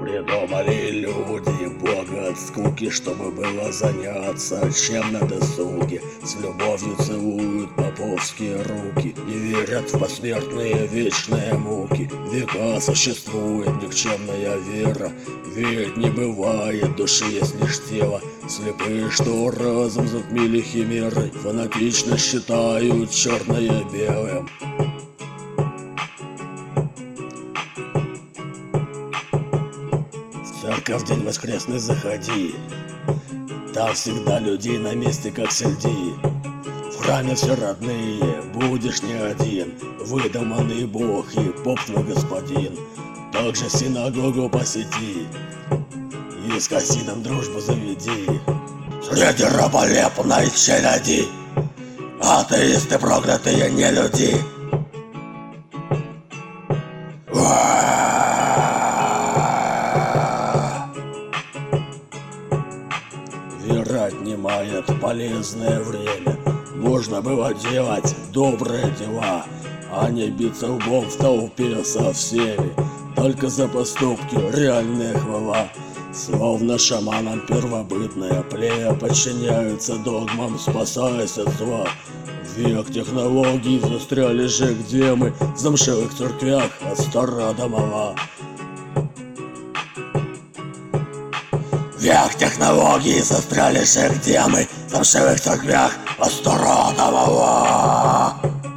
Придумали люди Бога от скуки, чтобы было заняться чем на досуге. С любовью целуют поповские руки и верят в посмертные вечные муки. Века существует никчемная вера, ведь не бывает души, есть лишь тело. Слепые, что разом затмили химеры, фанатично считают черное белым. В церковь день воскресный заходи, там всегда людей на месте как сельди. В храме все родные, будешь не один, выдуманный Бог и поп твой господин. Также синагогу посети и с хасидом дружбу заведи. Среди раболепной челяди атеисты проклятые не люди. Вера отнимает полезное время. Можно было делать добрые дела, а не биться лбом в толпе со всеми. Только за поступки реальная хвала. Словно шаманам первобытное племя подчиняются догмам, спасаясь от зла. Век технологий застряли же где мы, в замшелых церквях от стара до мала. Век технологий застряли же где мы, в замшелых церквях от стара до мала.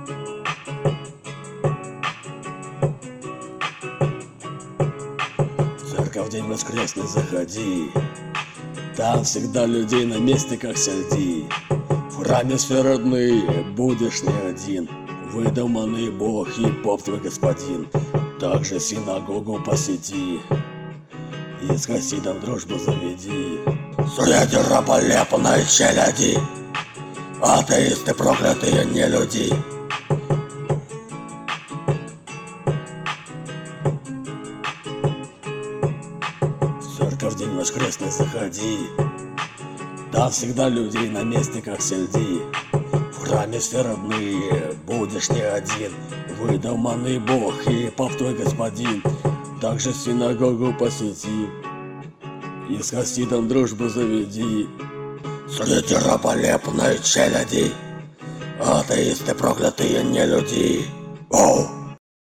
В день воскресный заходи, там всегда людей на месте как сельди. В храме все родные, будешь не один, выдуманный Бог и поп твой господин. Также синагогу посети и с хасидом дружбу заведи. Среди раболепной челяди атеисты проклятые не люди. В день воскресный заходи, там всегда людей на месте как сельди. В храме все родные, будешь не один, выдуманный Бог и поп твой господин. Также синагогу посети и с хасидом дружбу заведи. Среди раболепной челяди атеисты проклятые не люди. Оу!